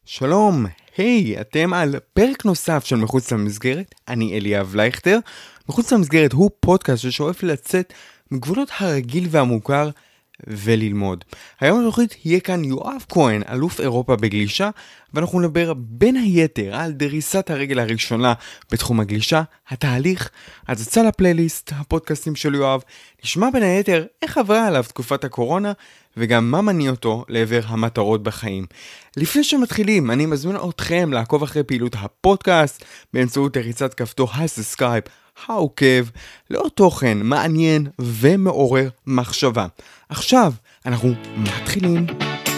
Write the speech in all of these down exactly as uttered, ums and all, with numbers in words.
שלום, היי, אתם על פרק נוסף של מחוץ למסגרת, אני אליאב לייכטר. מחוץ למסגרת הוא פודקאסט ששואף לצאת מגבולות הרגיל והמוכר וללמוד. היום הנוכחית יהיה כאן יואב כהן, אלוף אירופה בגלישה, ואנחנו נדבר בין היתר על דריסת הרגל הראשונה בתחום הגלישה, התהליך, הצצה לפלייליסט, הפודקאסטים של יואב, נשמע בין היתר איך עברה עליו תקופת הקורונה, וגם מה מניע אותו לעבר המטרות בחיים. לפני שמתחילים, אני מזמין אתכם לעקוב אחרי פעילות הפודקאסט באמצעות לחיצת כפתור הסאבסקרייב העוקב לעוד תוכן מעניין ומעורר מחשבה. עכשיו אנחנו מתחילים.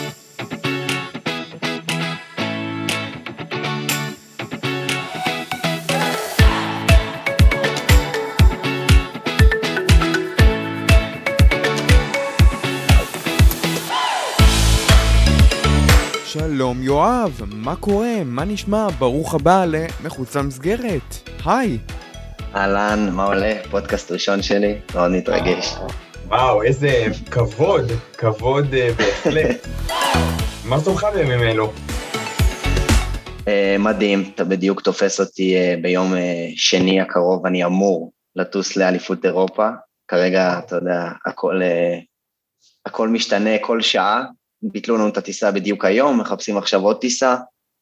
שלום יואב, מה קורה? מה נשמע? ברוך הבא למחוץ למסגרת. היי. אהלן, מה עולה? פודקאסט ראשון שלי, מאוד מתרגש. וואו, איזה כבוד, כבוד בהחלט. מה שלומך בימים אלו? מדהים, אתה בדיוק תופס אותי ביום שני הקרוב, אני אמור לטוס לאליפות אירופה. כרגע, אתה יודע, הכל, הכל משתנה כל שעה. ביטלו לנו את הטיסה בדיוק היום, מחפשים עכשיו עוד טיסה.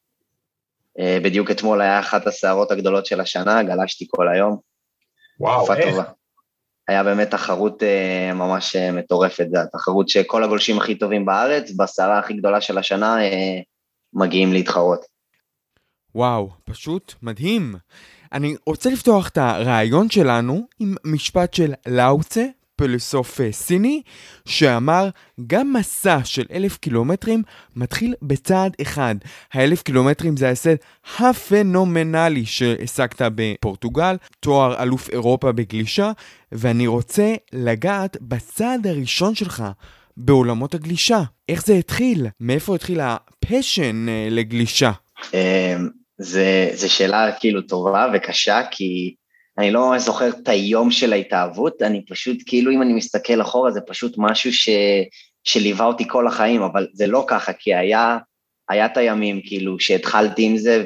בדיוק אתמול היה אחת הסערות הגדולות של השנה, גלשתי כל היום. וואו, איך? טובה. היה באמת תחרות ממש מטורפת, זה התחרות שכל הגולשים הכי טובים בארץ, בסערה הכי גדולה של השנה, מגיעים להתחרות. וואו, פשוט מדהים. אני רוצה לפתוח את הרעיון שלנו עם משפט של לאוצה, פילוסוף סיני, שאמר, גם מסע של אלף קילומטרים מתחיל בצעד אחד. האלף קילומטרים זה ההישג הפנומנלי שהשגת בפורטוגל, תואר אלוף אירופה בגלישה, ואני רוצה לגעת בצעד הראשון שלך בעולמות הגלישה. איך זה התחיל? מאיפה התחיל הפשן לגלישה? זה, זה שאלה כאילו טובה וקשה, כי אני לא זוכר את היום של ההתאהבות, אני פשוט, כאילו אם אני מסתכל אחורה, זה פשוט משהו ש, שליווה אותי כל החיים, אבל זה לא ככה, כי היה, היה את הימים, כאילו, שהתחלתי עם זה,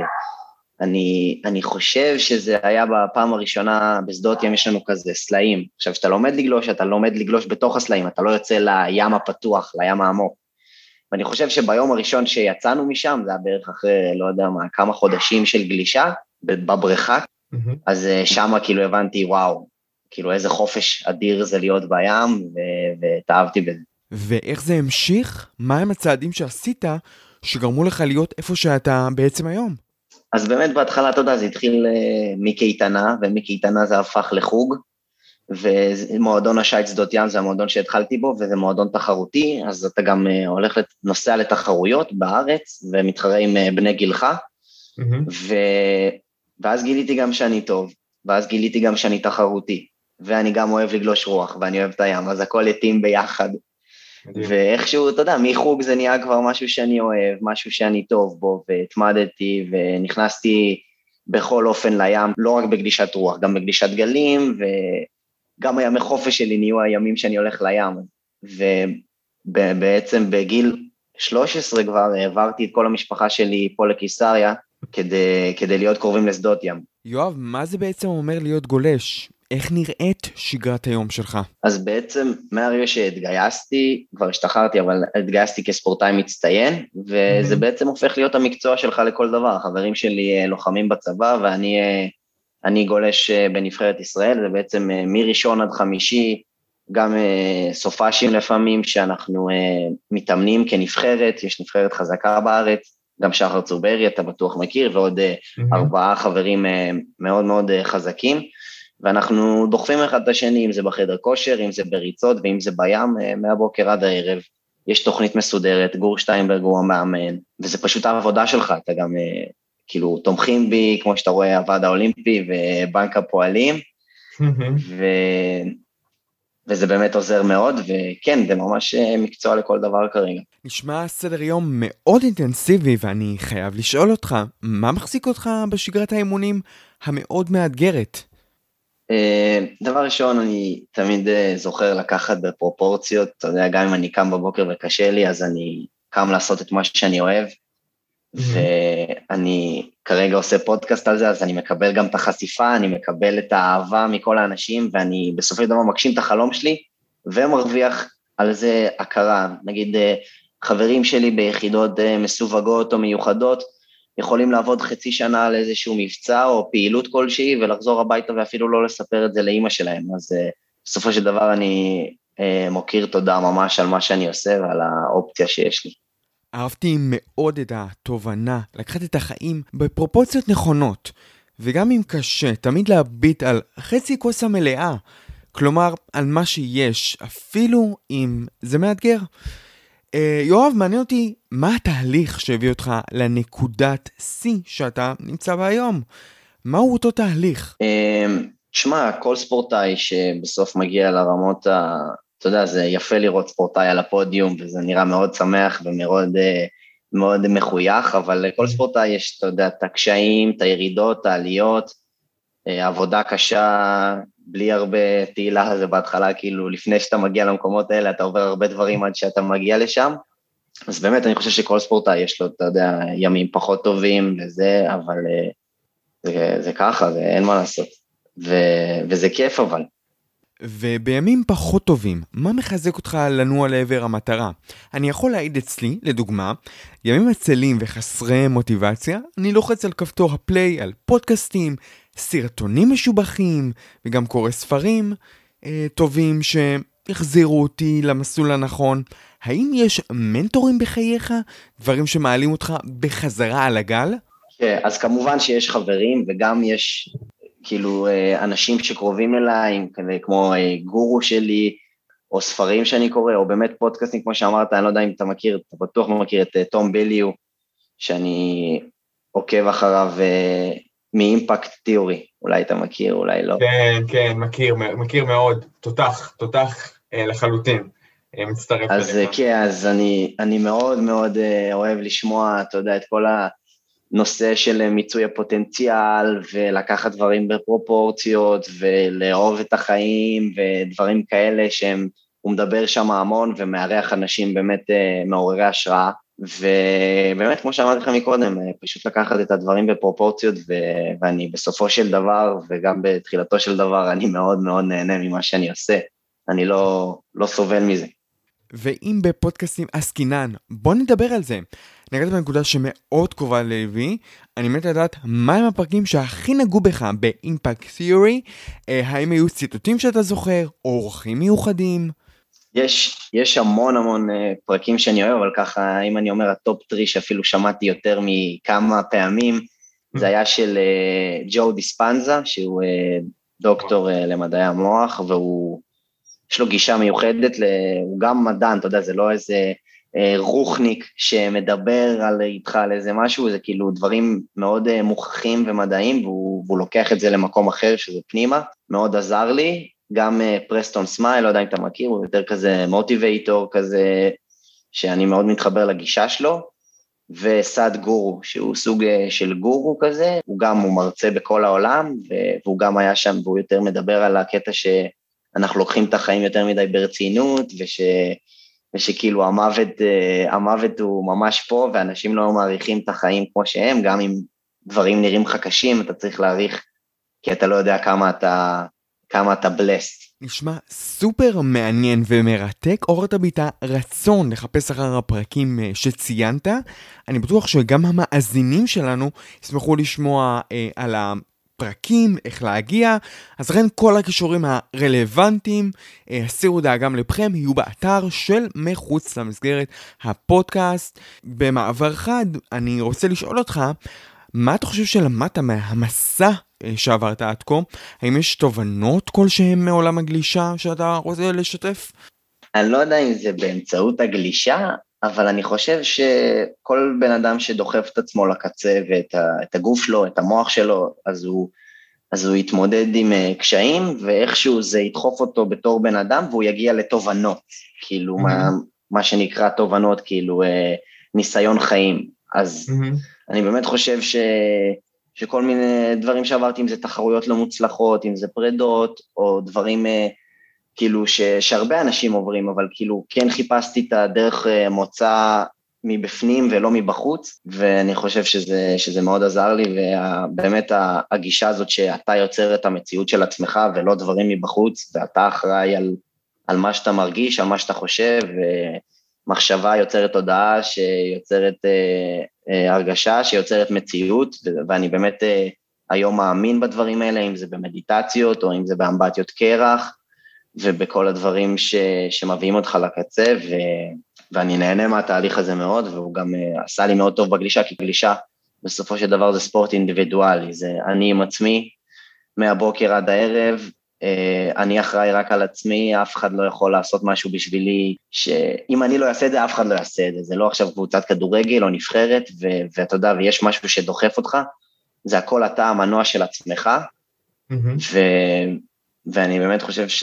ואני, אני חושב שזה היה בפעם הראשונה, בשדות ים יש לנו כזה, סלעים. עכשיו, שאתה לומד לגלוש, אתה לומד לגלוש בתוך הסלעים, אתה לא יוצא לים הפתוח, לים העמוק. ואני חושב שביום הראשון שיצאנו משם, זה היה בערך אחרי, לא יודע מה, כמה חודשים של גלישה, בבריכה, אז שמה כאילו הבנתי, וואו, כאילו איזה חופש אדיר זה להיות בים, והתאהבתי בזה. ואיך זה המשיך? מה הם הצעדים שעשית שגרמו לך להיות איפה שאתה בעצם היום? אז באמת בהתחלה, אתה יודע, זה התחיל מקייטנה, ומקייטנה זה הפך לחוג, ומועדון השייט שדות ים זה המועדון שהתחלתי בו, וזה מועדון תחרותי, אז אתה גם הולך נוסע לתחרויות בארץ, ומתחרה עם בני גילך, ו... ואז גיליתי גם שאני טוב, ואז גיליתי גם שאני תחרותי, ואני גם אוהב לגלוש רוח, ואני אוהב את הים, אז הכל יתאים ביחד. ואיכשהו, אתה יודע, מחוג זה נהיה כבר משהו שאני אוהב, משהו שאני טוב בו, והתמדתי, ונכנסתי בכל אופן לים, לא רק בגלישת רוח, גם בגלישת גלים, וגם הימי חופש שלי נהיו הימים שאני הולך לים. ובעצם בגיל שלוש עשרה כבר העברתי את כל המשפחה שלי פה לקיסריה, כדי, כדי להיות קרובים לשדות ים. יואב, מה זה בעצם אומר להיות גולש? איך נראית שגרת היום שלך? אז בעצם מהרגע שהתגייסתי, כבר השתחררתי, אבל התגייסתי כספורטאי מצטיין, וזה בעצם הופך להיות המקצוע שלך לכל דבר. החברים שלי לוחמים בצבא, ואני אני גולש בנבחרת ישראל, זה בעצם מראשון עד חמישי, גם סופשים לפעמים, שאנחנו מתאמנים כנבחרת, יש נבחרת חזקה בארץ, גם שחר צוברי, אתה בטוח מכיר, ועוד mm-hmm. ארבעה חברים מאוד מאוד חזקים, ואנחנו דוחפים אחד את השני, אם זה בחדר כושר, אם זה בריצות, ואם זה בים, מהבוקר עד הערב. יש תוכנית מסודרת, גור שטיינברג הוא המאמן, וזה פשוט העבודה שלך, אתה גם כאילו תומכים בי, כמו שאתה רואה, הוועד האולימפי ובנק הפועלים, mm-hmm. ו... וזה באמת עוזר מאוד, וכן, זה ממש מקצוע לכל דבר כרגע. נשמע סדר יום מאוד אינטנסיבי, ואני חייב לשאול אותך, מה מחזיק אותך בשגרת האימונים המאוד מאתגרת? דבר ראשון, אני תמיד זוכר לקחת בפרופורציות, אתה יודע, גם אם אני קם בבוקר וקשה לי, אז אני קם לעשות את מה שאני אוהב, ואני כרגע עושה פודקאסט על זה, אז אני מקבל גם את החשיפה, אני מקבל את האהבה מכל האנשים, ואני בסופו של דבר מגשים את החלום שלי, ומרוויח על זה הכרה. נגיד, חברים שלי ביחידות מסווגות או מיוחדות, יכולים לעבוד חצי שנה על איזשהו מבצע או פעילות כלשהי, ולחזור הביתה ואפילו לא לספר את זה לאמא שלהם. אז בסופו של דבר אני מוקיר תודה ממש על מה שאני עושה ועל האופציה שיש לי. אהבתי מאוד את התובנה, לקחת את החיים בפרופורציות נכונות, וגם אם קשה, תמיד להביט על חצי כוס המלאה, כלומר על מה שיש, אפילו אם זה מאתגר. אה, יואב, מעניין אותי, מה התהליך שהביא אותך לנקודת C שאתה נמצא בה היום? מהו אותו תהליך? תשמע, כל ספורטאי שבסוף מגיע לרמות ה... אתה יודע, זה יפה לראות ספורטאי על הפודיום, וזה נראה מאוד שמח ומאוד מאוד מחוייך, אבל לכל ספורטאי יש, אתה יודע, את הקשיים, את הירידות, העליות, עבודה קשה, בלי הרבה תהילה, זה בהתחלה, כאילו, לפני שאתה מגיע למקומות האלה, אתה עובר הרבה דברים עד שאתה מגיע לשם, אז באמת אני חושב שכל ספורטאי יש לו, אתה יודע, ימים פחות טובים וזה, אבל זה, זה ככה, זה אין מה לעשות, ו, וזה כיף אבל. ובימים פחות טובים, מה מחזק אותך לנוע לעבר המטרה? אני יכול להעיד אצלי, לדוגמה, ימים עצלים וחסרי מוטיבציה, אני לוחץ על כפתור הפליי, על פודקאסטים, סרטונים משובחים, וגם קורא ספרים אה, טובים שהחזירו אותי למסלול הנכון. האם יש מנטורים בחייך? דברים שמעלים אותך בחזרה על הגל? כן, אז כמובן שיש חברים, וגם יש... כאילו אנשים שקרובים אליי, כמו גורו שלי, או ספרים שאני קורא, או באמת פודקאסטים, כמו שאמרת, אני לא יודע אם אתה מכיר, אתה בטוח מכיר את תום ביליו, שאני עוקב אחריו מאימפקט תיאורי, אולי אתה מכיר, אולי לא. כן, כן, מכיר, מכיר מאוד, תותח, תותח לחלוטין, מצטרף. אז כן, אז אני, אני מאוד מאוד אוהב לשמוע, אתה יודע, את כל ה... נושא של מיצוי הפוטנציאל, ולקחת דברים בפרופורציות, ולאהוב את החיים, ודברים כאלה שהם, הוא מדבר שם המון, ומארח אנשים באמת מעוררי השראה, ובאמת, כמו שאמרתי לך מקודם, פשוט לקחת את הדברים בפרופורציות, ו- ואני בסופו של דבר, וגם בתחילתו של דבר, אני מאוד מאוד נהנה ממה שאני עושה, אני לא, לא סובל מזה. ואם בפודקאסטים עסקינן, בוא נדבר על זה. נגעת בנקודה שמאוד קרובה ללבי, אני מת לדעת מהם הפרקים שהכי נגעו בך ב-Impact Theory, האם היו ציטוטים שאתה זוכר, או אורחים מיוחדים? יש, יש המון המון פרקים שאני אוהב, אבל ככה, אם אני אומר הטופ טרי שאפילו שמעתי יותר מכמה פעמים, זה היה של ג'ו דיספנזה, שהוא דוקטור למדעי המוח, והוא, יש לו גישה מיוחדת, הוא גם מדען, אתה יודע, זה לא איזה... רוחניק שמדבר על איתך על איזה משהו, זה כאילו דברים מאוד מוכחים ומדעיים, והוא, והוא לוקח את זה למקום אחר שזה פנימה, מאוד עזר לי, גם פרסטון סמייל, לא יודע אם אתה מכיר, הוא יותר כזה מוטיבייטור כזה, שאני מאוד מתחבר לגישה שלו, וסד גורו, שהוא סוג של גורו כזה, הוא גם, הוא מרצה בכל העולם, והוא גם היה שם, והוא יותר מדבר על הקטע שאנחנו לוקחים את החיים יותר מדי ברצינות, וש... ושכאילו המוות, המוות הוא ממש פה, ואנשים לא מעריכים את החיים כמו שהם, גם אם דברים נראים לך קשים, אתה צריך להעריך, כי אתה לא יודע כמה אתה, כמה אתה בלסט. נשמע סופר מעניין ומרתק, עוררת בי את הרצון לחפש אחר הפרקים שציינת, אני בטוח שגם המאזינים שלנו ישמחו לשמוע אה, על ה... פרקים, איך להגיע, אז לכן כל הכישורים הרלוונטיים, הסירו דאגם לבכם, יהיו באתר של מחוץ למסגרת הפודקאסט. במעבר חד, אני רוצה לשאול אותך, מה אתה חושב שלמדת מהמסע שעברת עד כה? האם יש תובנות כלשהם מעולם הגלישה שאתה רוצה לשתף? אני לא יודע אם זה באמצעות הגלישה, אבל אני חושב שכל בן אדם שדוחף את עצמו לקצה, ואת הגוף שלו, את המוח שלו, אז הוא, אז הוא יתמודד עם קשיים, ואיכשהו זה ידחוף אותו בתור בן אדם, והוא יגיע לתובנות, כאילו mm-hmm. מה, מה שנקרא תובנות, כאילו ניסיון חיים. אז mm-hmm. אני באמת חושב ש, שכל מיני דברים שעברתי, אם זה תחרויות לא מוצלחות, אם זה פרדות, או דברים... כאילו ש, שהרבה אנשים עוברים, אבל כאילו כן חיפשתי את הדרך מוצא מבפנים ולא מבחוץ, ואני חושב שזה, שזה מאוד עזר לי, ובאמת הגישה הזאת שאתה יוצר את המציאות של עצמך, ולא דברים מבחוץ, ואתה אחראי על, על מה שאתה מרגיש, על מה שאתה חושב, ומחשבה יוצרת תודעה, שיוצרת אה, אה, הרגשה, שיוצרת מציאות, ואני באמת אה, היום מאמין בדברים האלה, אם זה במדיטציות, או אם זה באמבטיות קרח, ובכל הדברים ש, שמביאים אותך לקצה, ו... ואני נהנה מהתהליך הזה מאוד, והוא גם uh, עשה לי מאוד טוב בגלישה, כי גלישה בסופו של דבר זה ספורט אינדיבידואלי, זה אני עם עצמי, מהבוקר עד הערב, uh, אני אחראי רק על עצמי, אף אחד לא יכול לעשות משהו בשבילי, שאם אני לא אעשה את זה, אף אחד לא יעשה את זה, זה לא עכשיו קבוצת כדורגל או נבחרת, ו- ואתה יודע, ויש משהו שדוחף אותך, זה הכל אתה המנוע של עצמך, mm-hmm. ו- ואני באמת חושב ש...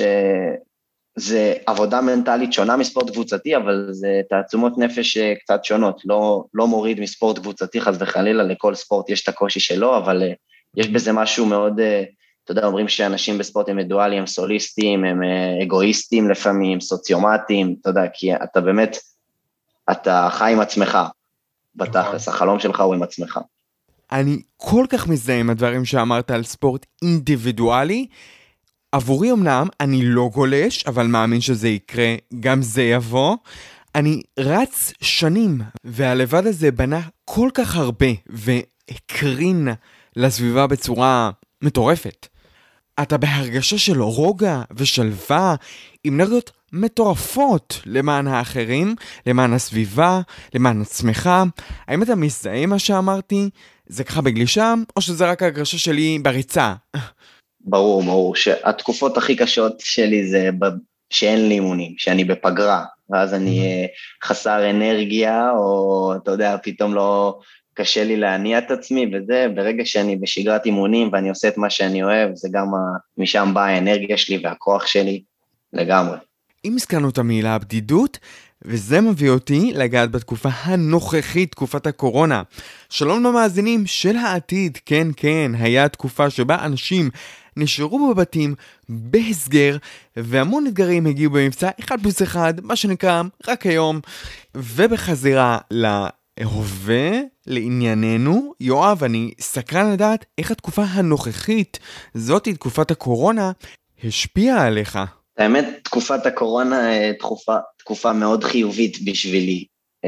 זה עבודה מנטלית שונה מספורט קבוצתי, אבל זה תעצומות נפש קצת שונות, לא, לא מוריד מספורט קבוצתי, חס וחלילה, לכל ספורט יש את הקושי שלו, אבל יש בזה משהו מאוד, אתה יודע, אומרים שאנשים בספורט הם אינדיבידואלים, הם סוליסטים, הם אגואיסטים לפעמים, סוציומטים, אתה יודע, כי אתה באמת, אתה חי עם עצמך, בתכלס, החלום שלך הוא עם עצמך. אני כל כך מזדהה עם הדברים שאמרת על ספורט אינדיבידואלי, עבורי אמנם אני לא גולש, אבל מאמין שזה יקרה, גם זה יבוא. אני רץ שנים, והלבד הזה בנה כל כך הרבה, והקרין לסביבה בצורה מטורפת. אתה בהרגשה של רוגע ושלווה, עם נרגות מטורפות למען האחרים, למען הסביבה, למען עצמך. האם אתה מזדהה מה שאמרתי? זה ככה בגלישה, או שזה רק הרגשה שלי בריצה? ברור, ברור, שהתקופות הכי קשות שלי זה שאין לי אימונים, שאני בפגרה, ואז אני חסר אנרגיה, או אתה יודע, פתאום לא קשה לי להניע את עצמי, וזה ברגע שאני בשגרת אימונים, ואני עושה את מה שאני אוהב, זה גם משם באה האנרגיה שלי והכוח שלי לגמרי. אם הזכרנו את המילה הבדידות, וזה מביא אותי לגעת בתקופה הנוכחית, תקופת הקורונה. שלום למאזינים של העתיד, כן כן, היה תקופה שבה אנשים נשארו בבתים בהסגר, והמון אתגרים הגיעו במבצע אחד פלוס אחד, מה שנקרא רק היום, ובחזרה להווה, לענייננו. יואב, אני סקרן לדעת איך התקופה הנוכחית, זאת תקופת הקורונה, השפיעה עליך. האמת, תקופת הקורונה תקופה, תקופה מאוד חיובית בשבילי,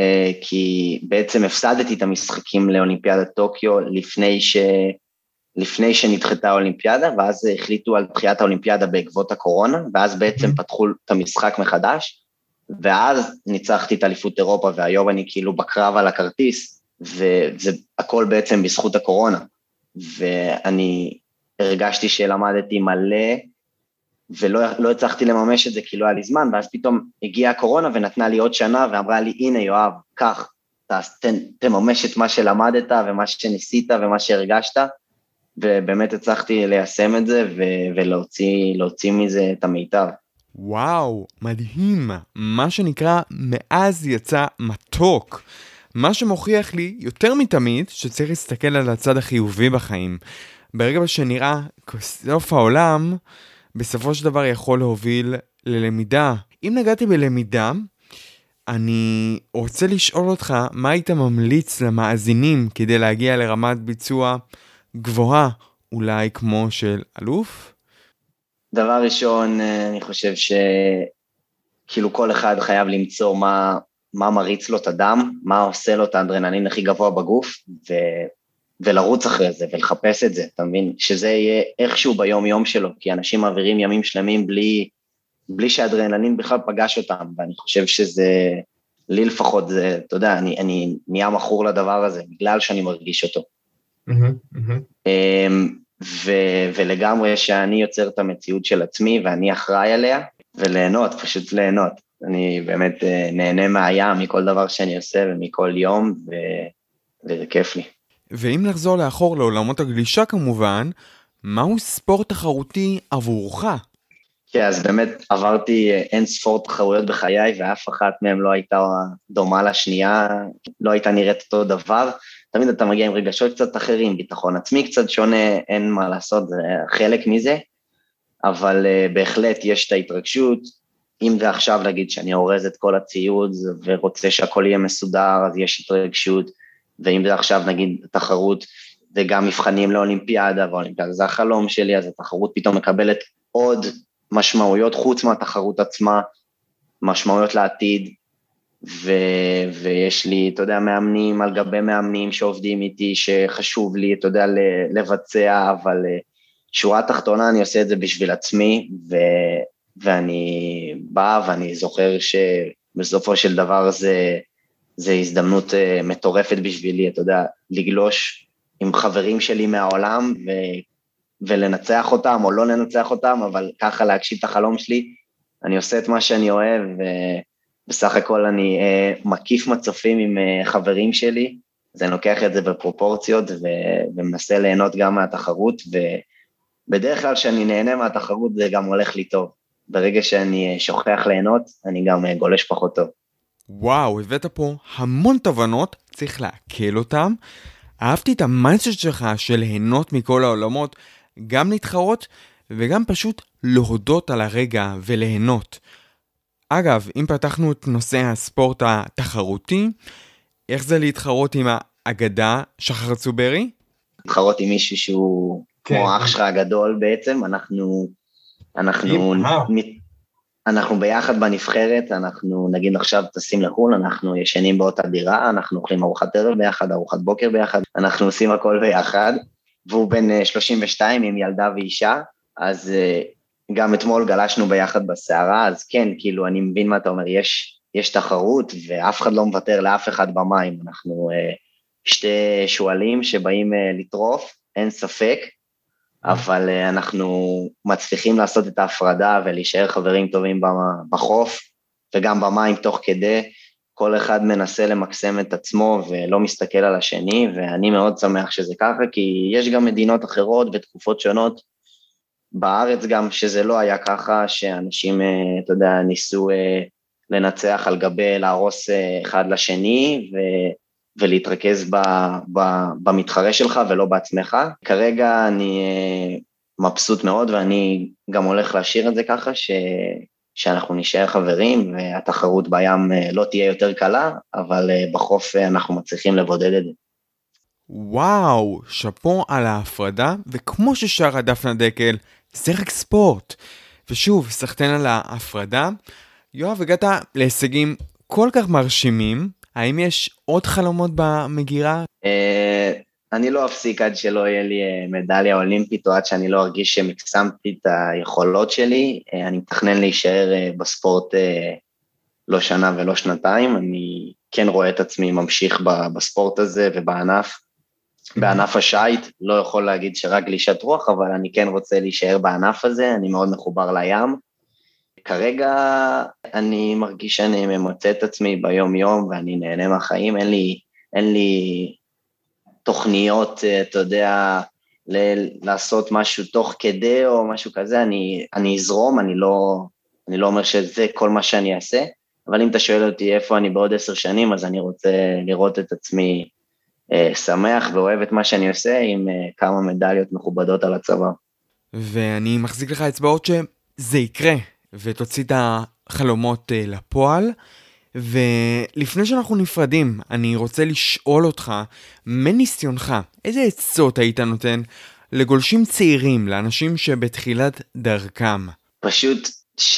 כי בעצם הפסדתי את המשחקים לאולימפיאדת טוקיו לפני ש... לפני שנדחתה האולימפיאדה, ואז החליטו על דחיית האולימפיאדה בעקבות הקורונה, ואז בעצם פתחו את המשחק מחדש, ואז ניצחתי את אליפות אירופה, והיום אני כאילו בקרב על הכרטיס, וזה הכל בעצם בזכות הקורונה, ואני הרגשתי שלמדתי מלא, ולא לא הצלחתי לממש את זה כי לא היה לי זמן, ואז פתאום הגיעה הקורונה ונתנה לי עוד שנה, ואמרה לי, הנה יואב, כך, תממש את מה שלמדת, ומה שניסית, ומה שהרגשת, ובאמת הצלחתי ליישם את זה, ו- ולהוציא להוציא מזה את המיטב. וואו, מדהים. מה שנקרא, מאז יצא מתוק. מה שמוכיח לי יותר מתמיד, שצריך להסתכל על הצד החיובי בחיים. ברגע שנראה כסוף העולם, בסופו של דבר יכול להוביל ללמידה. אם נגעתי בלמידה, אני רוצה לשאול אותך, מה היית ממליץ למאזינים כדי להגיע לרמת ביצוע גבוהה, אולי כמו של אלוף? דבר ראשון, אני חושב שכאילו כל אחד חייב למצוא מה, מה מריץ לו את הדם, מה עושה לו את האדרנלין הכי גבוה בגוף, ו, ולרוץ אחרי זה, ולחפש את זה, אתה מבין? שזה יהיה איכשהו ביום יום שלו, כי אנשים מעבירים ימים שלמים בלי, בלי שהאדרנלין בכלל פגש אותם, ואני חושב שזה, לי לפחות, זה, אתה יודע, אני, אני נהיה מכור לדבר הזה, בגלל שאני מרגיש אותו. ולגמרי שאני יוצר את המציאות של עצמי ואני אחראי עליה, וליהנות, פשוט ליהנות. אני באמת נהנה מהים, מכל דבר שאני עושה ומכל יום, וזה כיף לי. ואם נחזור לאחור לעולמות הגלישה כמובן, מהו ספורט תחרותי עבורך? כן, אז באמת עברתי אין ספורט תחרויות בחיי, ואף אחת מהן לא הייתה דומה לשנייה, לא הייתה נראית אותו דבר. תמיד אתה מגיע עם רגשות קצת אחרים, ביטחון עצמי קצת שונה, אין מה לעשות, זה חלק מזה, אבל uh, בהחלט יש את ההתרגשות, אם זה עכשיו להגיד שאני אורז את כל הציוד ורוצה שהכל יהיה מסודר, אז יש התרגשות, ואם זה עכשיו נגיד תחרות, וגם מבחנים לאולימפיאדה, ואולימפיאדה זה החלום שלי, אז התחרות פתאום מקבלת עוד משמעויות חוץ מהתחרות עצמה, משמעויות לעתיד, ו... ויש לי, אתה יודע, מאמנים על גבי מאמנים שעובדים איתי, שחשוב לי, אתה יודע, לבצע, אבל שורה תחתונה אני עושה את זה בשביל עצמי, ו... ואני בא ואני זוכר שבסופו של דבר זה, זה הזדמנות מטורפת בשבילי, אתה יודע, לגלוש עם חברים שלי מהעולם, ו... ולנצח אותם או לא לנצח אותם, אבל ככה להגשים את החלום שלי, אני עושה את מה שאני אוהב, ובסך הכל אני אה, מקיף מצופים עם אה, חברים שלי, אז אני לוקח את זה בפרופורציות, ו, ומנסה ליהנות גם מהתחרות, ובדרך כלל שאני נהנה מהתחרות, זה גם הולך לי טוב. ברגע שאני שוכח ליהנות, אני גם אה, גולש פחות טוב. וואו, הבאת פה המון תובנות, צריך להקל אותם. אהבתי את המיינדסט שלך של ליהנות מכל העולמות, גם להתחרות וגם פשוט להודות על הרגע וליהנות. אגב, אם פתחנו את נושא הספורט התחרותי, איך זה להתחרות עם האגדה שחר צוברי? להתחרות עם מישהו שהוא כן. כמו אח שלך הגדול בעצם, אנחנו, אנחנו, אנחנו ביחד בנבחרת, אנחנו נגיד עכשיו טסים לחול, אנחנו ישנים באותה דירה, אנחנו אוכלים ארוחת ערב ביחד, ארוחת בוקר ביחד, אנחנו עושים הכל ביחד, והוא בן שלושים ושתיים עם ילדה ואישה, אז גם אתמול גלשנו ביחד בסערה, אז כן, כאילו אני מבין מה אתה אומר, יש, יש תחרות, ואף אחד לא מוותר לאף אחד במים, אנחנו שתי שואלים שבאים לטרוף, אין ספק, אבל אנחנו מצליחים לעשות את ההפרדה, ולהישאר חברים טובים בחוף, וגם במים תוך כדי, כל אחד מנסה למקסם את עצמו, ולא מסתכל על השני, ואני מאוד שמח שזה ככה, כי יש גם מדינות אחרות, ותקופות שונות, בארץ גם שזה לא היה ככה, שאנשים, אתה יודע, ניסו לנצח על גבי, להרוס אחד לשני, ו... ולהתרכז ב... ב... במתחרה שלך, ולא בעצמך. כרגע אני מבסוט מאוד, ואני גם הולך להשאיר את זה ככה, ש... שאנחנו נשאר חברים, והתחרות בים לא תהיה יותר קלה, אבל בחוף אנחנו מצליחים לבודד את זה. וואו, שפו על ההפרדה, וכמו ששרה דפנה דקל, זה רק ספורט. ושוב, סחטן על ההפרדה. יואב, הגעת להישגים כל כך מרשימים, האם יש עוד חלומות במגירה? אני לא אפסיק עד שלא יהיה לי מדליה אולימפית, או עד שאני לא ארגיש שמקסמתי את היכולות שלי. אני מתכנן להישאר בספורט לא שנה ולא שנתיים, אני כן רואה את עצמי ממשיך בספורט הזה ובענף. בענף השייט, לא יכול להגיד שרק גלישת רוח, אבל אני כן רוצה להישאר בענף הזה, אני מאוד מחובר לים. כרגע אני מרגיש שאני ממוצא את עצמי ביום יום, ואני נהנה מהחיים, אין לי, אין לי תוכניות, אתה יודע, ל- לעשות משהו תוך כדי או משהו כזה, אני, אני אזרום, אני לא, אני לא אומר שזה כל מה שאני אעשה, אבל אם אתה שואל אותי איפה אני בעוד עשר שנים, אז אני רוצה לראות את עצמי אה, שמח ואוהב את מה שאני עושה, עם אה, כמה מדליות מכובדות על הצבא. ואני מחזיק לך אצבעות שזה יקרה, ותוציא את החלומות אה, לפועל, ולפני שאנחנו נפרדים, אני רוצה לשאול אותך, מניסיונך, איזה עצות היית נותן לגולשים צעירים, לאנשים שבתחילת דרכם? פשוט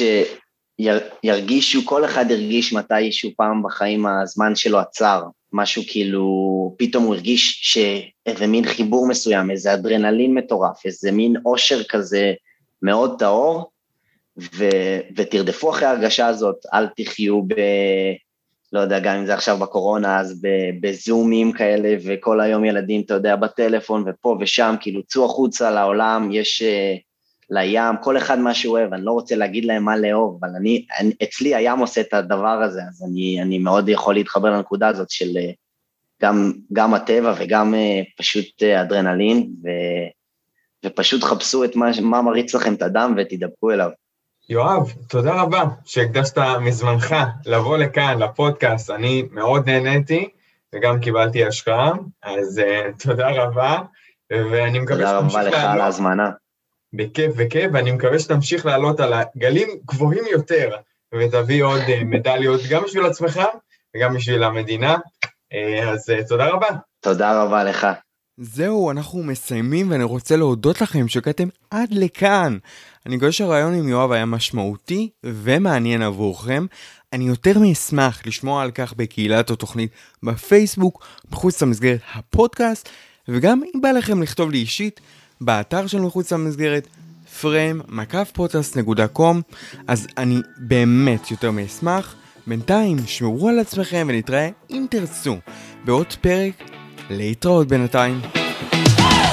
שירגישו, כל אחד ירגיש מתישהו פעם בחיים הזמן שלו עצר, משהו כאילו, פתאום הוא הרגיש שאיזה מין חיבור מסוים, איזה אדרנלין מטורף, איזה מין אושר כזה מאוד טהור, ו, ותרדפו אחרי ההרגשה הזאת, אל תחיו ב... לא יודע, גם אם זה עכשיו בקורונה, אז בזומים כאלה, וכל היום ילדים, אתה יודע, בטלפון, ופה ושם, כאילו, צאו החוצה לעולם, יש uh, לים, כל אחד מה שהוא אוהב, אני לא רוצה להגיד להם מה לאהוב, אבל אני, אני, אצלי הים עושה את הדבר הזה, אז אני, אני מאוד יכול להתחבר לנקודה הזאת, של uh, גם, גם הטבע, וגם uh, פשוט uh, אדרנלין, ו, ופשוט חפשו את מה, מה מריץ לכם את הדם, ותדבקו אליו. יואב, תודה רבה שהקדשת מזמנך לבוא לכאן, לפודקאסט, אני מאוד נהניתי, וגם קיבלתי השקעה, אז uh, תודה רבה, ואני מקווה תודה רבה לך על ההזמנה. בכיף וכיף, ואני מקווה שתמשיך לעלות על הגלים גבוהים יותר, ותביא עוד מדליות גם בשביל עצמך וגם בשביל המדינה. אז תודה רבה. תודה רבה לך. זהו, אנחנו מסיימים ואני רוצה להודות לכם שהגעתם עד לכאן. אני חושב שהרעיון עם יואב היה משמעותי ומעניין עבורכם. אני יותר מאשמח לשמוע על כך בקהילת התוכנית בפייסבוק, מחוץ למסגרת הפודקאסט, וגם אם בא לכם לכתוב לי אישית, באתר של מחוץ למסגרת, פריים מקף פודקאסט נקודה קום, אז אני באמת יותר מאשמח. בינתיים שמרו על עצמכם ונתראה אם תרצו בעוד פרק. להתראות בינתיים.